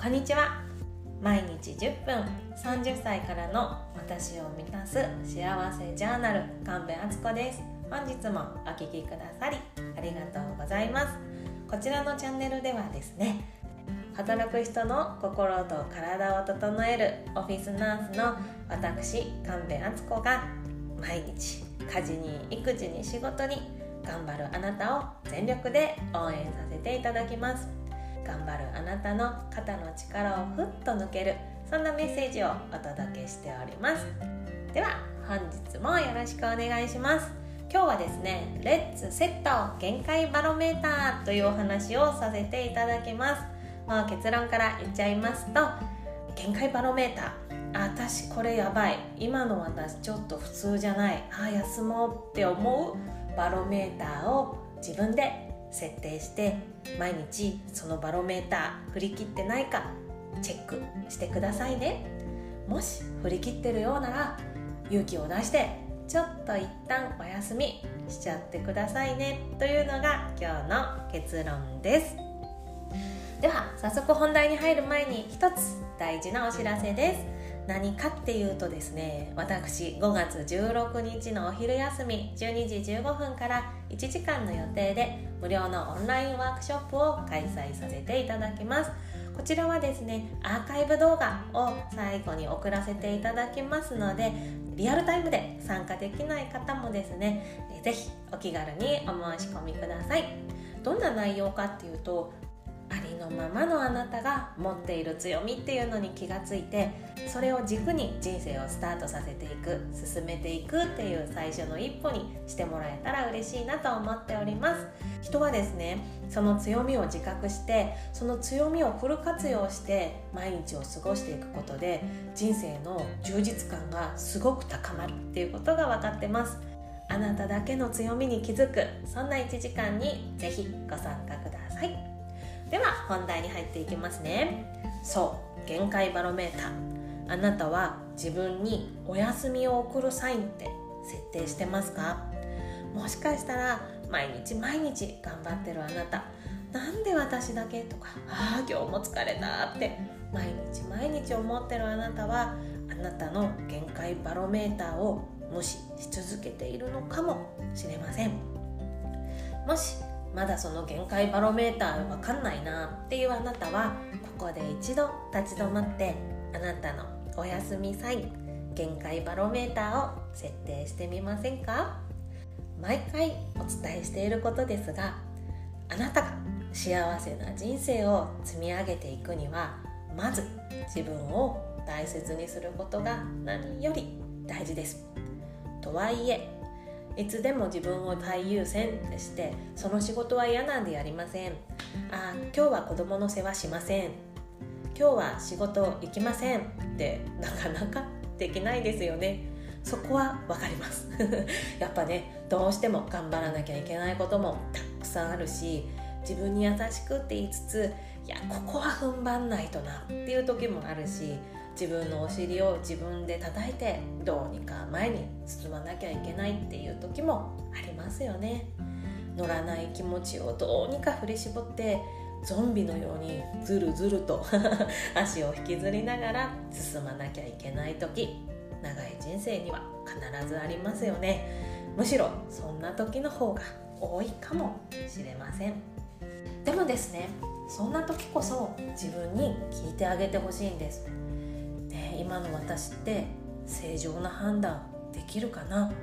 こんにちは。毎日10分30歳からの私を満たす幸せジャーナル神戸敦子です。本日もお聞きくださりありがとうございます。こちらのチャンネルではですね、働く人の心と体を整えるオフィスナースの私神戸敦子が毎日家事に育児に仕事に頑張るあなたを全力で応援させていただきます。頑張るあなたの肩の力をふっと抜ける、そんなメッセージをお届けしております。では本日もよろしくお願いします。今日はですね、レッツセット限界バロメーターというお話をさせていただきます。結論から言っちゃいますと、限界バロメーター、私これやばい、今の私ちょっと普通じゃない、休もうって思うバロメーターを自分で設定して、毎日そのバロメーター振り切ってないかチェックしてくださいね。もし振り切ってるようなら勇気を出してちょっと一旦お休みしちゃってくださいねというのが今日の結論です。では早速本題に入る前に一つ大事なお知らせです。何かっていうとですね、私5月16日のお昼休み12時15分から1時間の予定で無料のオンラインワークショップを開催させていただきます。こちらはですね、アーカイブ動画を最後に送らせていただきますので、リアルタイムで参加できない方もですね、ぜひお気軽にお申し込みください。どんな内容かっていうと、ありのままのあなたが持っている強みっていうのに気がついて、それを軸に人生をスタートさせていく、進めていくっていう最初の一歩にしてもらえたら嬉しいなと思っております。人はですね、その強みを自覚して、その強みをフル活用して毎日を過ごしていくことで、人生の充実感がすごく高まるっていうことが分かってます。あなただけの強みに気づく、そんな1時間にぜひご参加ください。では本題に入っていきますね。そう、限界バロメーター、あなたは自分にお休みを送るサインって設定してますか？もしかしたら毎日頑張ってるあなた、なんで私だけとか、今日も疲れたって毎日思ってるあなたは、あなたの限界バロメーターを無視し続けているのかもしれません。もしまだその限界バロメーターわかんないなっていうあなたは、ここで一度立ち止まって、あなたのお休みサイン、限界バロメーターを設定してみませんか？毎回お伝えしていることですが、あなたが幸せな人生を積み上げていくには、まず自分を大切にすることが何より大事です。とはいえ、いつでも自分を最優先でして、その仕事は嫌なんでやりません。今日は子供の世話しません、今日は仕事行きませんってなかなかできないですよね。そこはわかりますやっぱね、どうしても頑張らなきゃいけないこともたくさんあるし、自分に優しくって言いつつ、ここは踏ん張んないとなっていう時もあるし、自分のお尻を自分で叩いてどうにか前に進まなきゃいけないっていう時もありますよね。乗らない気持ちをどうにか振り絞って、ゾンビのようにずるずると足を引きずりながら進まなきゃいけない時、長い人生には必ずありますよね。むしろそんな時の方が多いかもしれません。でもですね、そんな時こそ自分に聞いてあげてほしいんです。今の私って正常な判断できるかなって、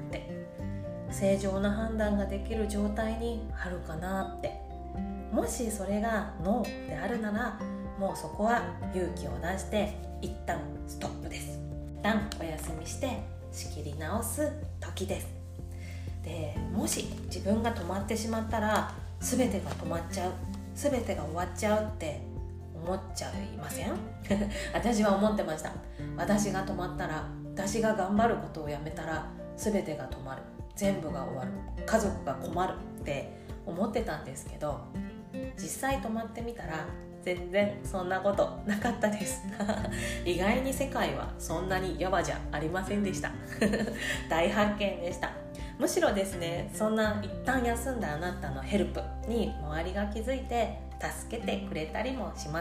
正常な判断ができる状態にあるかなって。もしそれがノーであるなら、もうそこは勇気を出して一旦ストップです。一旦お休みして仕切り直す時です。で、もし自分が止まってしまったら、全てが止まっちゃう、全てが終わっちゃうって思っちゃいません？私は思ってました。私が止まったら、私が頑張ることをやめたら、全てが止まる、全部が終わる、家族が困るって思ってたんですけど、実際止まってみたら全然そんなことなかったです意外に世界はそんなにやばじゃありませんでした大発見でした。むしろですね、そんな一旦休んだあなたのヘルプに周りが気づいて助けてくれたりもします。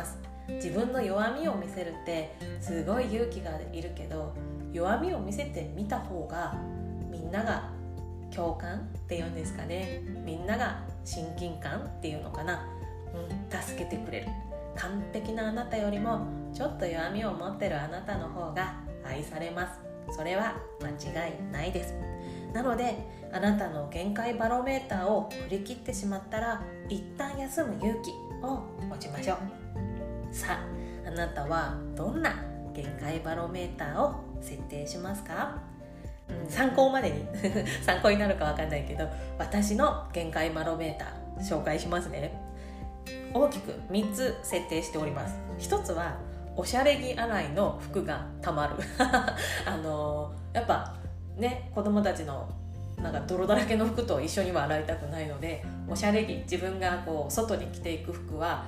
自分の弱みを見せるってすごい勇気がいるけど、弱みを見せてみた方がみんなが共感っていうんですかね、みんなが親近感っていうのかな、助けてくれる。完璧なあなたよりもちょっと弱みを持ってるあなたの方が愛されます。それは間違いないです。なのであなたの限界バロメーターを振り切ってしまったら、一旦休む勇気を持ちましょう。さあ、あなたはどんな限界バロメーターを設定しますか？参考までに参考になるかわかんないけど、私の限界バロメーター紹介しますね。大きく3つ設定しております。1つはおしゃれ着洗いの服がたまるやっぱね、子供たちのなんか泥だらけの服と一緒には洗いたくないので、おしゃれ着、自分がこう外に着ていく服は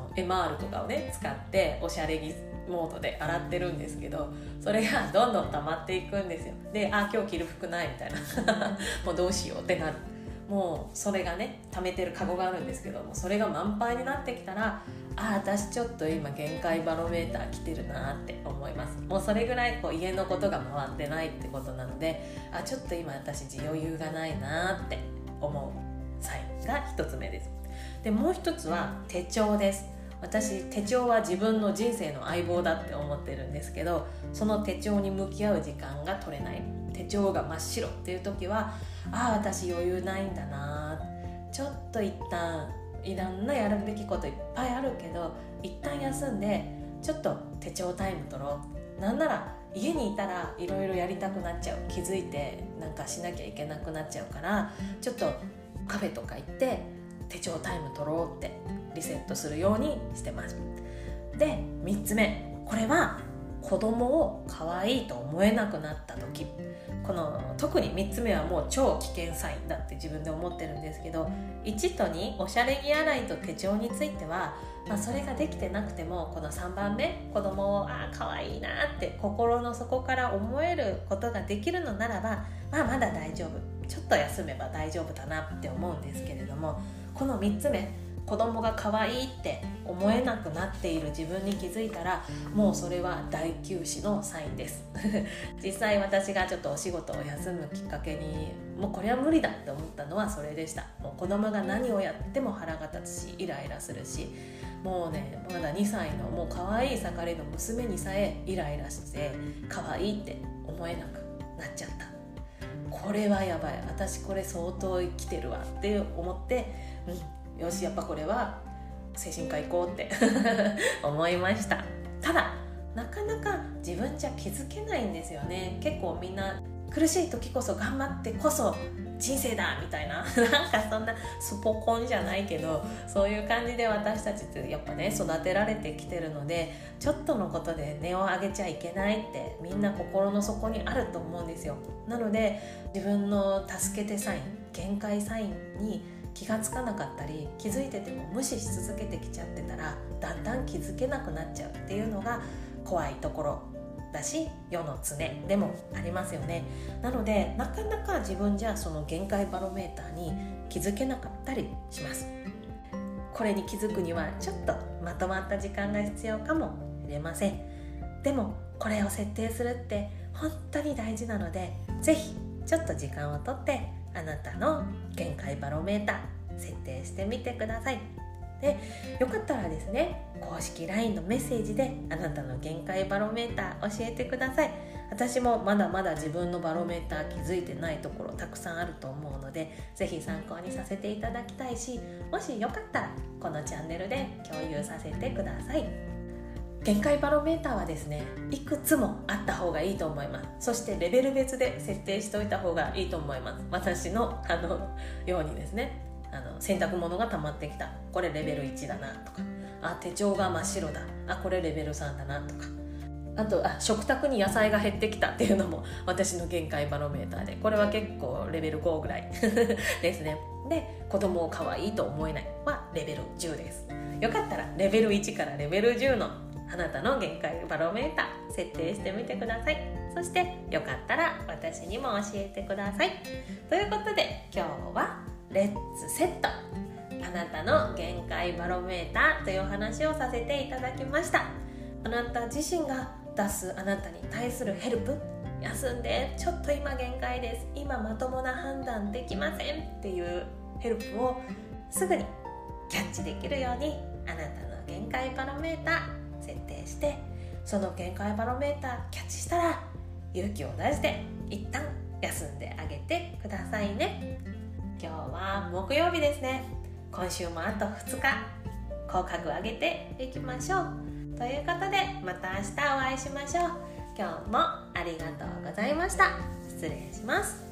MR とかをね使っておしゃれ着モードで洗ってるんですけど、それがどんどん溜まっていくんですよ。で、今日着る服ないみたいなもうどうしようってなる。もうそれがね、溜めてるカゴがあるんですけども、それが満杯になってきたら、私ちょっと今限界バロメーター来てるなって思います。もうそれぐらいこう家のことが回ってないってことなので、ちょっと今私余裕がないなって思うサインが1つ目です。で、もう1つは手帳です。私手帳は自分の人生の相棒だって思ってるんですけど、その手帳に向き合う時間が取れない、手帳が真っ白っていう時は、私余裕ないんだな、ちょっと一旦いろんなやるべきこといっぱいあるけど一旦休んでちょっと手帳タイム取ろう。なんなら家にいたらいろいろやりたくなっちゃう、気づいてなんかしなきゃいけなくなっちゃうから、ちょっとカフェとか行って手帳タイム取ろうってリセットするようにしてます。で、3つ目、これは子供を可愛いと思えなくなった時、特に3つ目はもう超危険サインだって自分で思ってるんですけど、1と2、おしゃれ着洗いと手帳については、それができてなくても、この3番目、子供を可愛いなって心の底から思えることができるのならば、まだ大丈夫、ちょっと休めば大丈夫だなって思うんですけれども、この3つ目、子供が可愛いって思えなくなっている自分に気づいたら、もうそれは大休止のサインです実際私がちょっとお仕事を休むきっかけに、もうこれは無理だって思ったのはそれでした。もう子供が何をやっても腹が立つし、イライラするし、もうね、まだ2歳のもう可愛い盛りの娘にさえイライラして可愛いって思えなくなっちゃった。これはやばい、私これ相当生きてるわって思って、よし、やっぱこれは精神科行こうって思いました。ただなかなか自分じゃ気づけないんですよね。結構みんな苦しい時こそ頑張ってこそ人生だみたいななんかそんなスポコンじゃないけど、そういう感じで私たちってやっぱね育てられてきてるので、ちょっとのことで音を上げちゃいけないってみんな心の底にあると思うんですよ。なので自分の助けてサイン、限界サインに気がつかなかったり、気づいてても無視し続けてきちゃってたら、だんだん気づけなくなっちゃうっていうのが怖いところだし、世の常でもありますよね。なのでなかなか自分じゃその限界バロメーターに気づけなかったりします。これに気づくにはちょっとまとまった時間が必要かもしれません。でもこれを設定するって本当に大事なので、ぜひちょっと時間をとってあなたの限界バロメーター設定してみてください。で、よかったらですね、公式 LINE のメッセージであなたの限界バロメーター教えてください。私もまだまだ自分のバロメーター気づいてないところたくさんあると思うので、ぜひ参考にさせていただきたいし、もしよかったらこのチャンネルで共有させてください。限界バロメーターはですね、いくつもあった方がいいと思います。そしてレベル別で設定しておいた方がいいと思います。私のようにですね、洗濯物が溜まってきた、これレベル1だなとか、手帳が真っ白だ、これレベル3だなとか、あと食卓に野菜が減ってきたっていうのも私の限界バロメーターで、これは結構レベル5ぐらいですね。で、子供を可愛いと思えないはレベル10です。よかったらレベル1からレベル10のあなたの限界バロメーター設定してみてください。そしてよかったら私にも教えてください。ということで今日はレッツセット、 あなたの限界バロメーターというお話をさせていただきました。あなた自身が出すあなたに対するヘルプ、休んで、ちょっと今限界です、今まともな判断できませんっていうヘルプをすぐにキャッチできるように、あなたの限界バロメーター設定して、その限界バロメーターキャッチしたら勇気を出して一旦休んであげてくださいね。今日は木曜日ですね。今週もあと2日口角上げていきましょう。ということで、また明日お会いしましょう。今日もありがとうございました。失礼します。